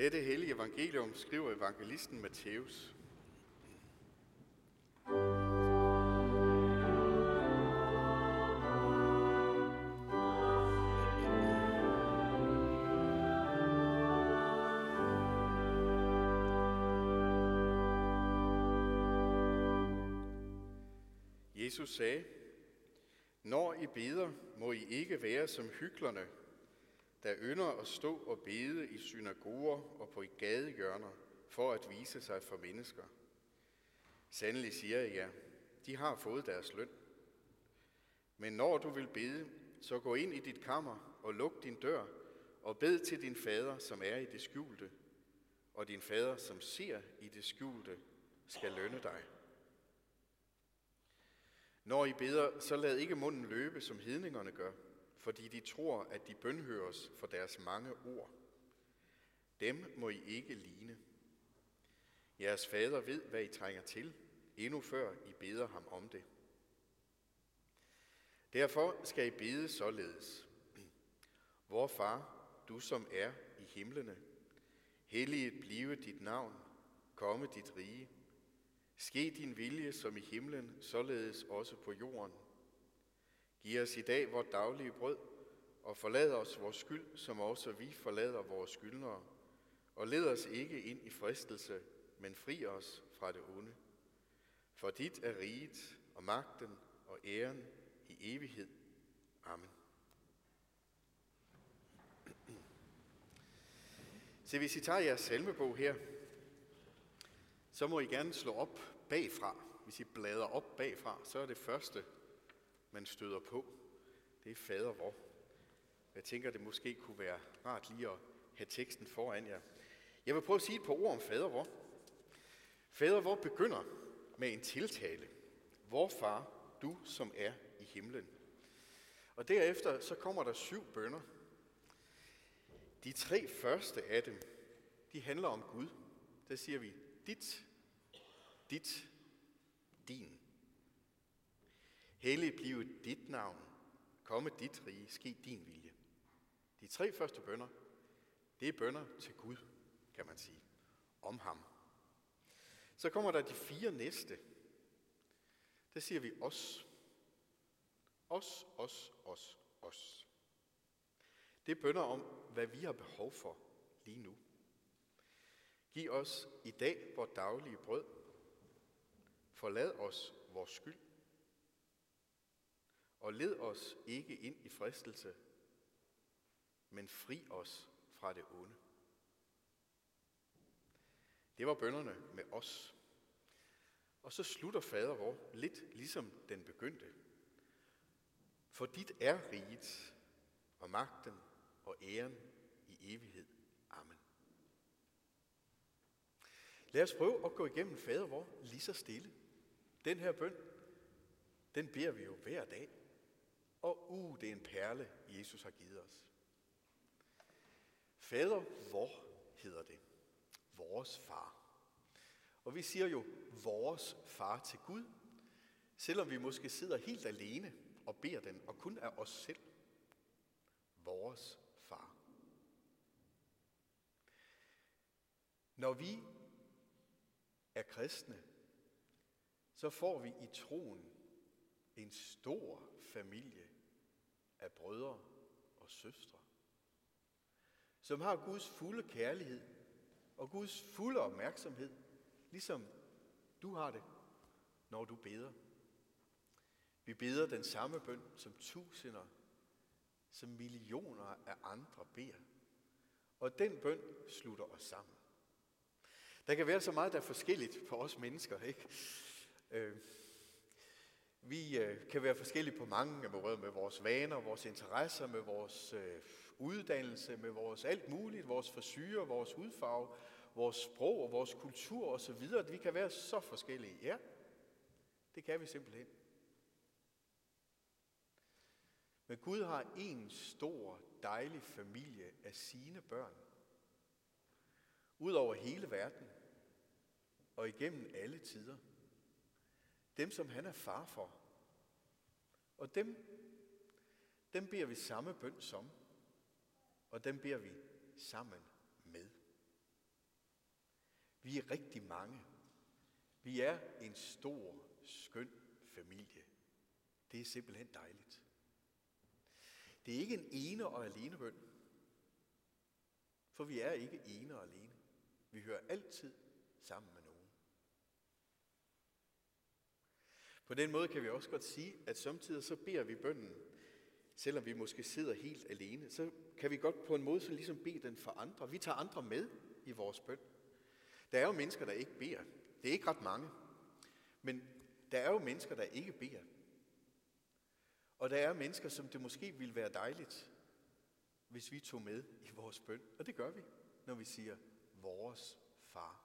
Dette hellige evangelium skriver evangelisten Matthæus. Jesus sagde, når I beder, må I ikke være som hyklerne, der ynder at stå og bede i synagoger og på gadehjørner for at vise sig for mennesker. Sandelig siger jeg jer, de har fået deres løn. Men når du vil bede, så gå ind i dit kammer og luk din dør og bed til din fader, som er i det skjulte, og din fader, som ser i det skjulte, skal lønne dig. Når I beder, så lad ikke munden løbe, som hedningerne gør, fordi de tror, at de bønhøres for deres mange ord. Dem må I ikke ligne. Jeres fader ved, hvad I trænger til, endnu før I beder ham om det. Derfor skal I bede således. Vor far, du som er i himlene, helliget blive dit navn, komme dit rige. Ske din vilje som i himlen, således også på jorden. Giv os i dag vort daglige brød, og forlad os vores skyld, som også vi forlader vores skyldnere. Og led os ikke ind i fristelse, men fri os fra det onde. For dit er riget og magten og æren i evighed. Amen. Så hvis I tager jeres salmebog her, så må I gerne slå op bagfra. Hvis I bladrer op bagfra, så er det første, man støder på. Det er fader vor. Jeg tænker, det måske kunne være rart lige at have teksten foran jer. Jeg vil prøve at sige et par ord om fader vor. Fader vor begynder med en tiltale. Vor far, du som er i himlen. Og derefter så kommer der 7 bønner. De 3 første af dem, de handler om Gud. Der siger vi, dit, din. Hellig blive dit navn, komme dit rige, ske din vilje. De 3 første bønner, det er bønner til Gud, kan man sige, om ham. Så kommer der de 4 næste. Der siger vi os. Os. Det er bønner om, hvad vi har behov for lige nu. Giv os i dag vores daglige brød. Forlad os vores skyld. Og led os ikke ind i fristelse, men fri os fra det onde. Det var bønnerne med os. Og så slutter fader vor lidt ligesom den begyndte. For dit er riget og magten og æren i evighed. Amen. Lad os prøve at gå igennem fader vor lige så stille. Den her bøn, den beder vi jo hver dag. Og det er en perle, Jesus har givet os. Fader vor hedder det. Vores far. Og vi siger jo vores far til Gud, selvom vi måske sidder helt alene og beder den, og kun er os selv. Vores far. Når vi er kristne, så får vi i troen en stor familie af brødre og søstre, som har Guds fulde kærlighed og Guds fulde opmærksomhed, ligesom du har det, når du beder. Vi beder den samme bøn, som tusinder, som millioner af andre beder. Og den bøn slutter os sammen. Der kan være så meget, der er forskelligt for os mennesker, ikke? Vi kan være forskellige på mange måder med vores vaner, vores interesser, med vores uddannelse, med vores alt muligt, vores frisyrer, vores hudfarve, vores sprog og vores kultur osv. Vi kan være så forskellige. Ja, det kan vi simpelthen. Men Gud har en stor, dejlig familie af sine børn. Ud over hele verden og igennem alle tider. Dem, som han er far for. Og dem beder vi samme bøn som. Og dem beder vi sammen med. Vi er rigtig mange. Vi er en stor, skøn familie. Det er simpelthen dejligt. Det er ikke en ene og alene bøn. For vi er ikke ene og alene. Vi hører altid sammen med nogen. På den måde kan vi også godt sige, at samtidig så beder vi bønnen, selvom vi måske sidder helt alene, så kan vi godt på en måde så ligesom bede den for andre. Vi tager andre med i vores bøn. Der er jo mennesker, der ikke beder. Det er ikke ret mange. Men der er jo mennesker, der ikke beder. Og der er mennesker, som det måske ville være dejligt, hvis vi tog med i vores bøn. Og det gør vi, når vi siger, vores far.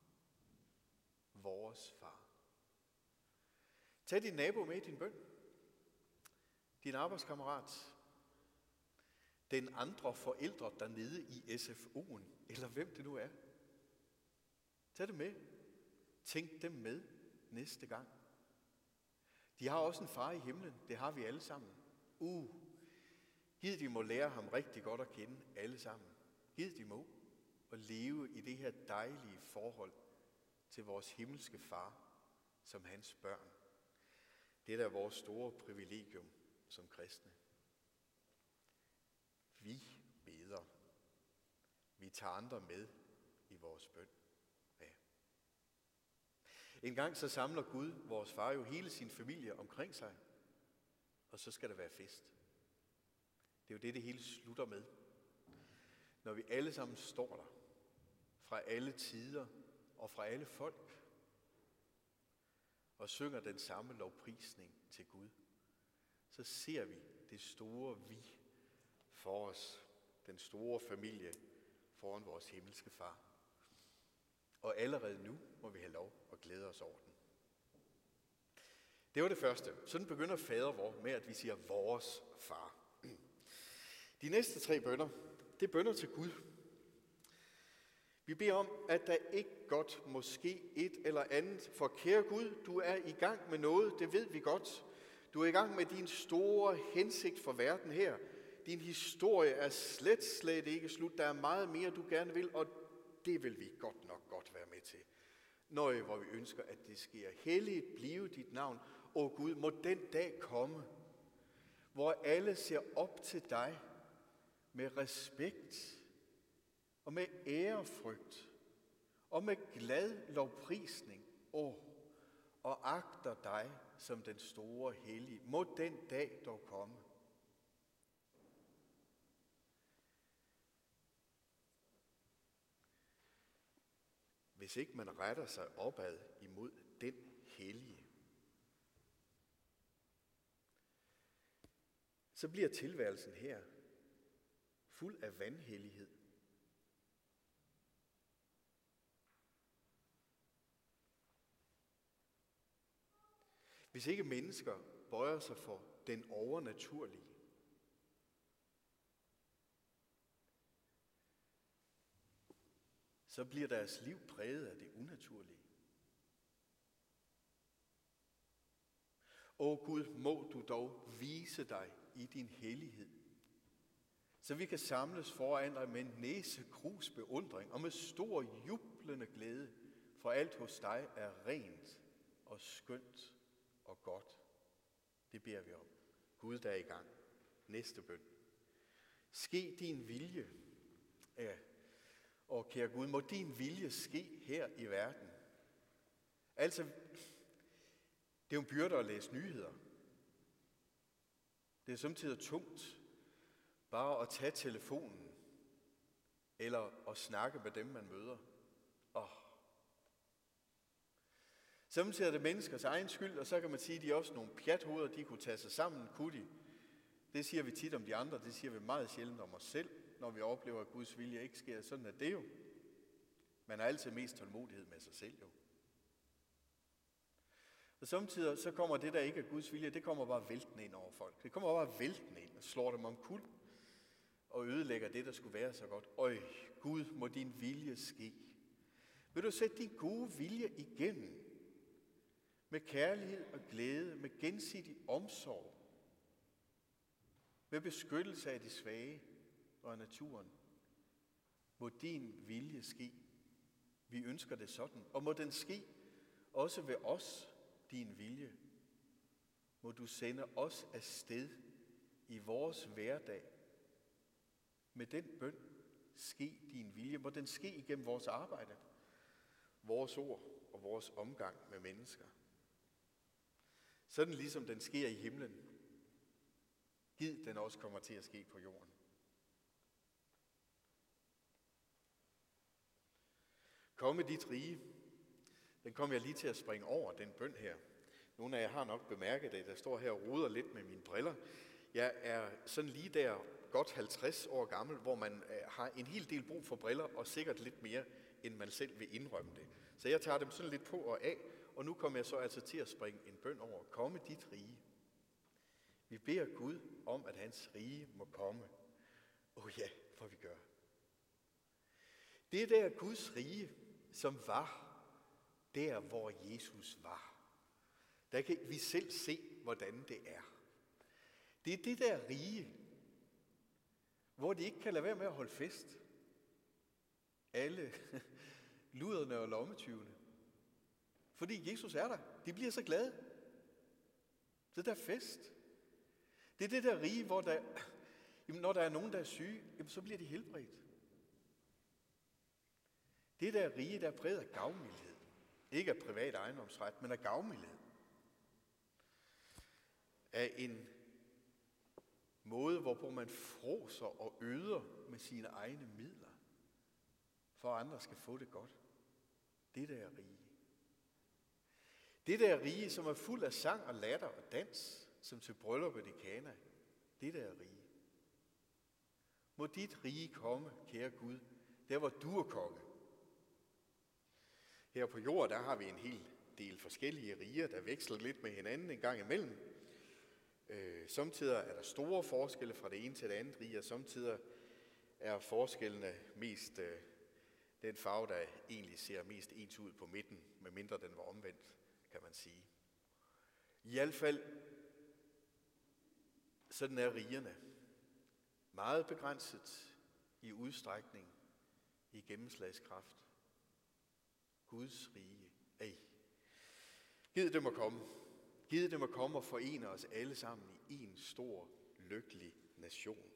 Vores far. Tag din nabo med i din bøn. Din arbejdskammerat. Den andre forældre dernede i SFO'en, eller hvem det nu er. Tag det med. Tænk dem med næste gang. De har også en far i himlen. Det har vi alle sammen. Gid de må lære ham rigtig godt at kende alle sammen. Gid de må at leve i det her dejlige forhold til vores himmelske far som hans børn. Det er da vores store privilegium som kristne. Vi beder. Vi tager andre med i vores bøn. Ja. En gang så samler Gud, vores far, jo hele sin familie omkring sig. Og så skal der være fest. Det er jo det hele slutter med. Når vi alle sammen står der, fra alle tider og fra alle folk, og synger den samme lovprisning til Gud, så ser vi det store vi for os, den store familie foran vores himmelske far. Og allerede nu må vi have lov at glæde os over den. Det var det første. Sådan begynder fader vor med, at vi siger vores far. De næste 3 bønner, det er bønner til Gud. Vi beder om, at der ikke godt må ske et eller andet. For kære Gud, du er i gang med noget, det ved vi godt. Du er i gang med din store hensigt for verden her. Din historie er slet ikke slut. Der er meget mere, du gerne vil, og det vil vi godt nok godt være med til. Hvor vi ønsker, at det sker. Helligt blive dit navn. Åh Gud, må den dag komme, hvor alle ser op til dig med respekt og med ærefrygt og med glad lovprisning og agter dig som den store hellige. Må den dag dog komme. Hvis ikke man retter sig opad imod den hellige, så bliver tilværelsen her fuld af vanhellighed. Hvis ikke mennesker bøjer sig for den overnaturlige, så bliver deres liv præget af det unaturlige. Åh Gud, må du dog vise dig i din hellighed, så vi kan samles foran dig med næsegrus beundring og med stor jublende glæde, for alt hos dig er rent og skønt og godt. Det beder vi om. Gud, der er i gang. Næste bøn. Ske din vilje. Ja. Og kære Gud, må din vilje ske her i verden. Altså, det er jo en byrde at læse nyheder. Det er samtidig tungt bare at tage telefonen eller at snakke med dem, man møder. Samtidig er det menneskers egen skyld, og så kan man sige, at de er også nogle pjathoveder, de kunne tage sig sammen, kunne de. Det siger vi tit om de andre, det siger vi meget sjældent om os selv, når vi oplever, at Guds vilje ikke sker. Sådan er det jo. Man har altid mest tålmodighed med sig selv jo. Og samtidig så kommer det, der ikke er Guds vilje, det kommer bare væltende ind over folk. Det kommer bare væltende ind og slår dem omkuld og ødelægger det, der skulle være så godt. Gud, må din vilje ske. Vil du sætte din gode vilje igennem med kærlighed og glæde, med gensidig omsorg, med beskyttelse af de svage og af naturen. Må din vilje ske. Vi ønsker det sådan, og må den ske også ved os, din vilje. Må du sende os afsted i vores hverdag. Med den bøn, ske din vilje. Må den ske igennem vores arbejde, vores ord og vores omgang med mennesker. Sådan ligesom den sker i himlen. Gid den også kommer til at ske på jorden. Kom med dit rige. Den kom jeg lige til at springe over, den bøn her. Nogle af jer har nok bemærket det, der står her og roder lidt med mine briller. Jeg er sådan lige der godt 50 år gammel, hvor man har en hel del brug for briller, og sikkert lidt mere, end man selv vil indrømme det. Så jeg tager dem sådan lidt på og af, og nu kommer jeg så altså til at springe en bøn over. Kom med dit rige. Vi beder Gud om, at hans rige må komme. Ja, for vi gør. Det der Guds rige, som var der, hvor Jesus var. Der kan vi selv se, hvordan det er. Det er det der rige, hvor de ikke kan lade være med at holde fest. Alle luderne og lommetyvene. Fordi Jesus er der. De bliver så glade. Det der fest. Det er det der rige, hvor når der er nogen, der er syge, så bliver de helbredt. Det der rige, der er præget af gavmildhed. Ikke af privat ejendomsret, men af gavmildhed. Af en måde, hvorpå man fråser og øder med sine egne midler, for at andre skal få det godt. Det der rige. Det der rige, som er fuld af sang og latter og dans, som til brylluppet i Kana. Det der rige. Må dit rige komme, kære Gud, der hvor du er konge. Her på jorden, der har vi en hel del forskellige riger, der veksler lidt med hinanden en gang imellem. Samtidig er der store forskelle fra det ene til det andet rige, og samtidig er forskellene mest den farve, der egentlig ser mest ens ud på midten, medmindre den var omvendt, kan man sige. I hvert fald, sådan er rigerne. Meget begrænset i udstrækning, i gennemslagskraft. Guds rige. Gid det må komme. Gid det må komme og forene os alle sammen i en stor, lykkelig nation.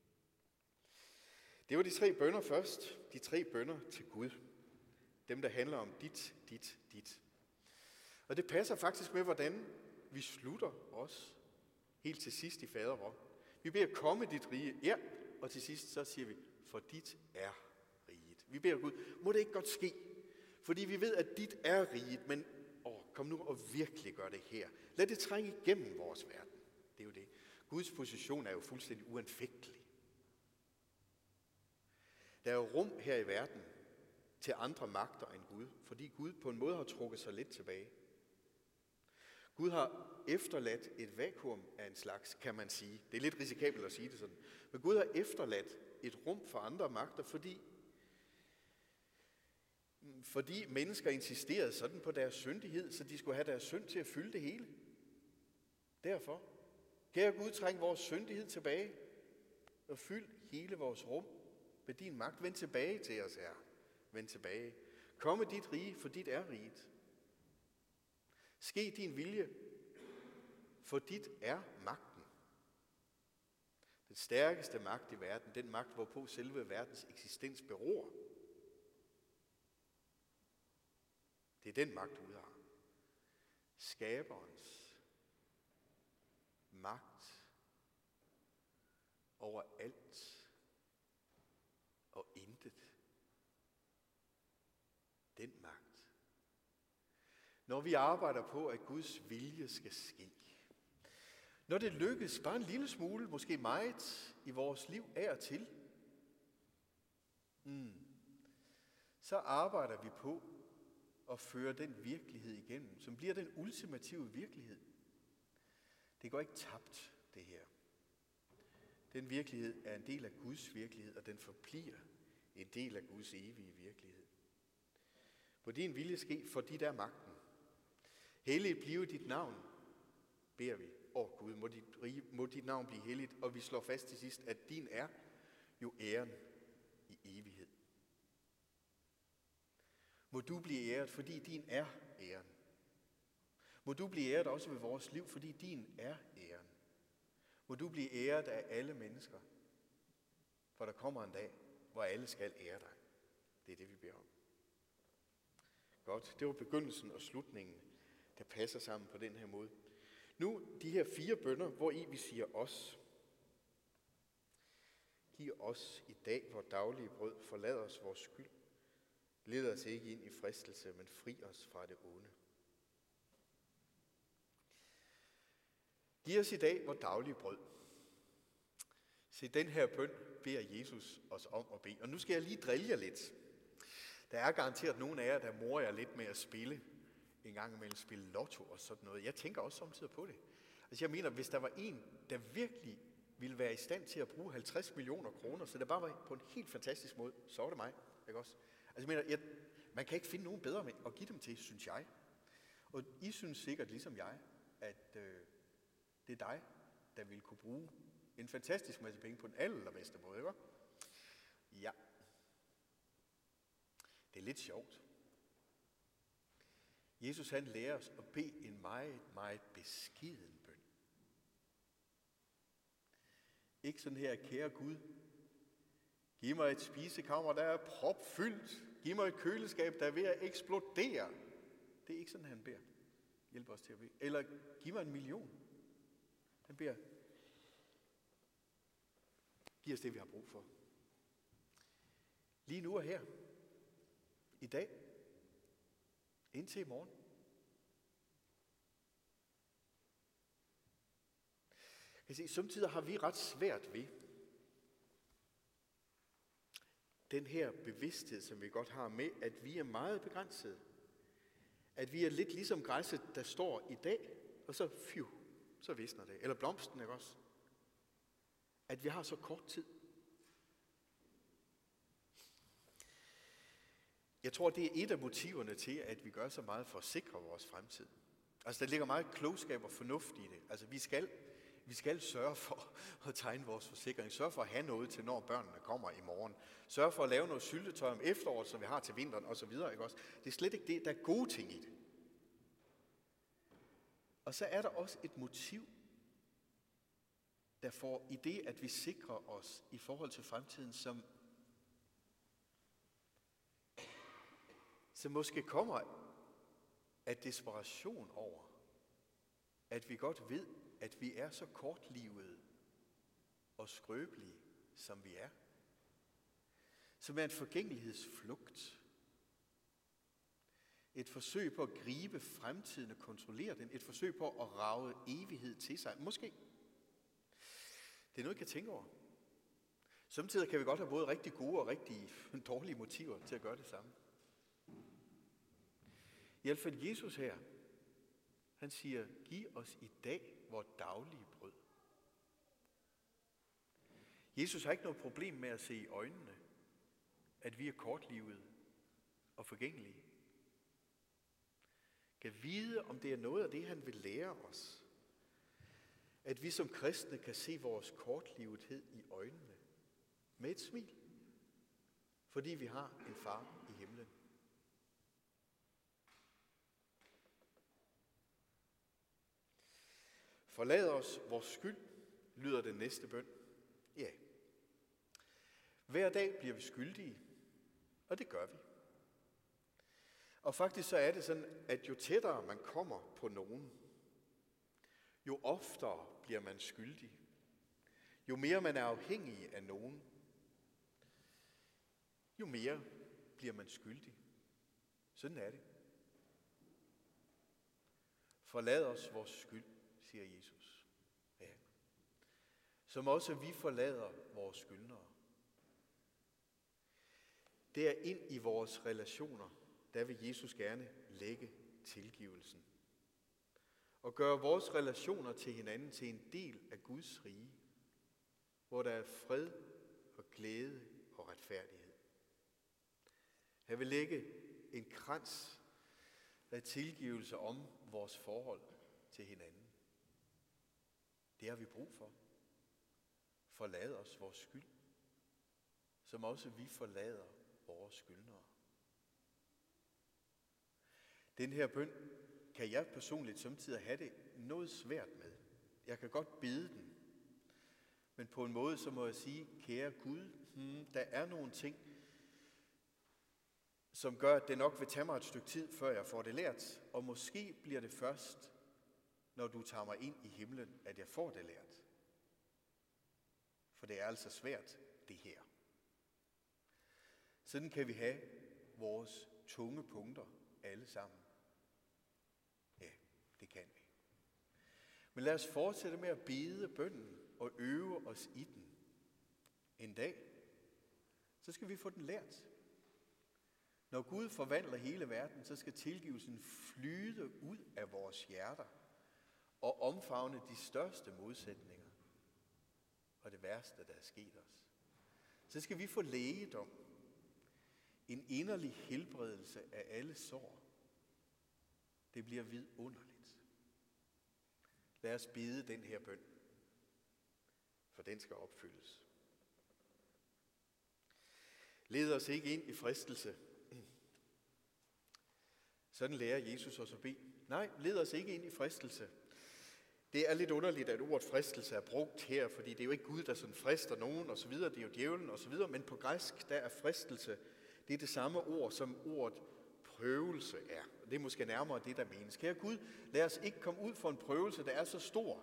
Det var de 3 bønner først. De 3 bønner til Gud. Dem, der handler om dit. Og det passer faktisk med, hvordan vi slutter os helt til sidst i fadervor. Vi beder komme dit rige. Ja, og til sidst så siger vi, for dit er riget. Vi beder Gud, må det ikke godt ske? Fordi vi ved, at dit er riget, men kom nu og virkelig gør det her. Lad det trænge igennem vores verden. Det er jo det. Guds position er jo fuldstændig uanfægtelig. Der er jo rum her i verden til andre magter end Gud, fordi Gud på en måde har trukket sig lidt tilbage. Gud har efterladt et vakuum af en slags, kan man sige. Det er lidt risikabelt at sige det sådan. Men Gud har efterladt et rum for andre magter, fordi mennesker insisterede sådan på deres syndighed, så de skulle have deres synd til at fylde det hele. Derfor, kære Gud, træng vores syndighed tilbage og fyld hele vores rum med din magt. Vend tilbage til os, Herre. Vend tilbage. Kom med dit rige, for dit er riget. Ske din vilje, for dit er magten. Den stærkeste magt i verden, den magt, hvorpå selve verdens eksistens beror. Det er den magt, Gud har. Skaberens magt over alt og intet. Den magt. Når vi arbejder på, at Guds vilje skal ske. Når det lykkes bare en lille smule, måske meget, i vores liv af og til, så arbejder vi på at føre den virkelighed igennem, som bliver den ultimative virkelighed. Det går ikke tabt, det her. Den virkelighed er en del af Guds virkelighed, og den forbliver en del af Guds evige virkelighed. På din vilje ske, for dit er magten. Helligt blive dit navn, beder vi. Gud, må dit navn blive helligt, og vi slår fast til sidst, at din er jo æren i evighed. Må du blive æret, fordi din er æren. Må du blive æret også ved vores liv, fordi din er æren. Må du blive æret af alle mennesker, for der kommer en dag, hvor alle skal ære dig. Det er det, vi beder om. Godt, det var begyndelsen og slutningen, der passer sammen på den her måde. Nu de her 4 bønner, hvor vi siger os. Giv os i dag vores daglige brød, forlad os vores skyld. Led os ikke ind i fristelse, men fri os fra det onde. Giv os i dag vores daglige brød. Se, den her bøn beder Jesus os om at bede. Og nu skal jeg lige drille jer lidt. Der er garanteret nogen af jer, der morer jer lidt med at spille. En gang imellem spille lotto og sådan noget. Jeg tænker også samtidig på det. Altså jeg mener, hvis der var en, der virkelig ville være i stand til at bruge 50 millioner kroner, så det bare var på en helt fantastisk måde, så var det mig. Ikke også? Altså jeg mener, man kan ikke finde nogen bedre at give dem til, synes jeg. Og I synes sikkert, ligesom jeg, at det er dig, der ville kunne bruge en fantastisk masse penge på den allerbedste måde, ikke? Ja. Det er lidt sjovt. Jesus han lærer os at bede en meget, meget beskeden bøn. Ikke sådan her, kære Gud, giv mig et spisekammer, der er propfyldt. Giv mig et køleskab, der er ved at eksplodere. Det er ikke sådan, han beder. Hjælp os til at bede. Eller giv mig 1 million. Han beder, giv os det, vi har brug for. Lige nu og her. I dag. Indtil i morgen. Jeg kan se, samtidig har vi ret svært ved den her bevidsthed, som vi godt har med, at vi er meget begrænsede. At vi er lidt ligesom græsset, der står i dag, og så visner det. Eller blomsten, ikke også? At vi har så kort tid. Jeg tror, det er et af motiverne til, at vi gør så meget for at sikre vores fremtid. Altså, der ligger meget klogskab og fornuft i det. Altså, vi skal sørge for at tegne vores forsikring. Sørge for at have noget til, når børnene kommer i morgen. Sørge for at lave noget syltetøj om efteråret, som vi har til vinteren osv. Ikke også? Det er slet ikke det. Der er gode ting i det. Og så er der også et motiv, der får i det, at vi sikrer os i forhold til fremtiden, som måske kommer af desperation over, at vi godt ved, at vi er så kortlivede og skrøbelige, som vi er. Som er en forgængelighedsflugt. Et forsøg på at gribe fremtiden og kontrollere den. Et forsøg på at rage evighed til sig. Måske. Det er noget, jeg kan tænke over. Samtidig kan vi godt have både rigtig gode og rigtig dårlige motiver til at gøre det samme. I hvert fald Jesus her, han siger, giv os i dag vores daglige brød. Jesus har ikke noget problem med at se i øjnene, at vi er kortlivede og forgængelige. Kan vide, om det er noget af det, han vil lære os. At vi som kristne kan se vores kortlivethed i øjnene med et smil, fordi vi har en far i himlen. Forlad os vores skyld, lyder den næste bøn. Ja. Hver dag bliver vi skyldige, og det gør vi. Og faktisk så er det sådan, at jo tættere man kommer på nogen, jo oftere bliver man skyldig. Jo mere man er afhængig af nogen, jo mere bliver man skyldig. Sådan er det. Forlad os vores skyld, siger Jesus. Ja. Som også vi forlader vores skyldnere. Der ind i vores relationer, der vil Jesus gerne lægge tilgivelsen. Og gøre vores relationer til hinanden til en del af Guds rige, hvor der er fred og glæde og retfærdighed. Han vil lægge en krans af tilgivelse om vores forhold til hinanden. Det har vi brug for. Forlad os vores skyld, som også vi forlader vores skyldnere. Den her bøn kan jeg personligt samtidig have det noget svært med. Jeg kan godt bede den, men på en måde så må jeg sige, kære Gud, der er nogle ting, som gør, at det nok vil tage mig et stykke tid, før jeg får det lært. Og måske bliver det først, når du tager mig ind i himlen, at jeg får det lært. For det er altså svært, det her. Sådan kan vi have vores tunge punkter alle sammen. Ja, det kan vi. Men lad os fortsætte med at bede bønnen og øve os i den. En dag, så skal vi få den lært. Når Gud forvandler hele verden, så skal tilgivelsen flyde ud af vores hjerter og omfavne de største modsætninger og det værste, der er sket os. Så skal vi få lægedom, en inderlig helbredelse af alle sår. Det bliver vidunderligt. Lad os bede den her bøn, for den skal opfyldes. Led os ikke ind i fristelse. Sådan lærer Jesus os at bede. Nej, led os ikke ind i fristelse. Det er lidt underligt, at ordet fristelse er brugt her, fordi det er jo ikke Gud, der sådan frister nogen osv., det er jo djævlen osv., men på græsk, der er fristelse, det er det samme ord, som ordet prøvelse er. Det er måske nærmere det, der menes. Kære Gud, lad os ikke komme ud for en prøvelse, der er så stor,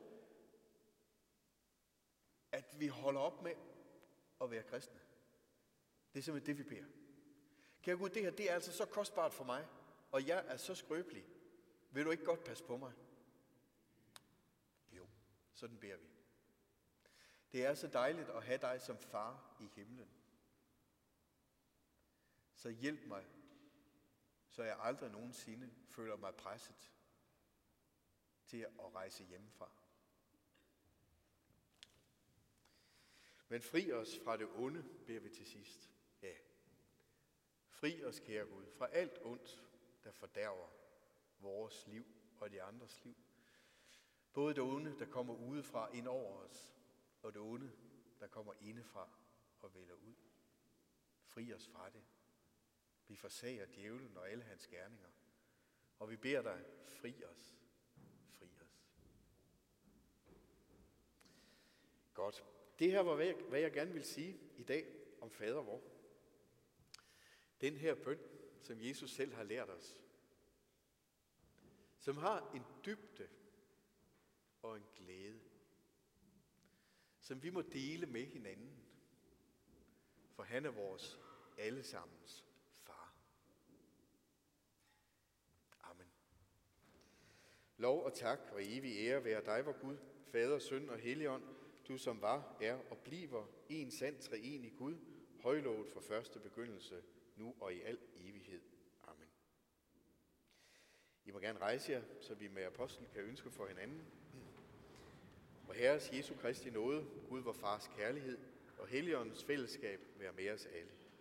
at vi holder op med at være kristne. Det er simpelthen det, vi beder. Kære Gud, det her, det er altså så kostbart for mig, og jeg er så skrøbelig. Vil du ikke godt passe på mig? Jo, sådan beder vi. Det er så dejligt at have dig som far i himlen. Så hjælp mig, så jeg aldrig nogensinde føler mig presset til at rejse hjemmefra. Men fri os fra det onde, beder vi til sidst. Ja. Fri os, kære Gud, fra alt ondt, der fordærver vores liv og de andres liv. Både det onde, der kommer udefra ind over os, og det onde, der kommer indefra og vælger ud. Fri os fra det. Vi forsager djævlen og alle hans gerninger. Og vi beder dig, fri os. Fri os. Godt. Det her var, hvad jeg gerne vil sige i dag om fader vor. Den her bøn, som Jesus selv har lært os, som har en dybde og en glæde, som vi må dele med hinanden, for han er vores allesammens far. Amen. Lov og tak og evig ære være dig, vor Gud, Fader, Søn og Helligånd, du som var, er og bliver en sand treenig Gud, højlovet fra første begyndelse, nu og i al evighed. Amen. I må gerne rejse jer, så vi med apostlen kan ønske for hinanden. Og Herres Jesu Kristi nåde, Gud vor Fars kærlighed og Helligåndens fællesskab være med os alle.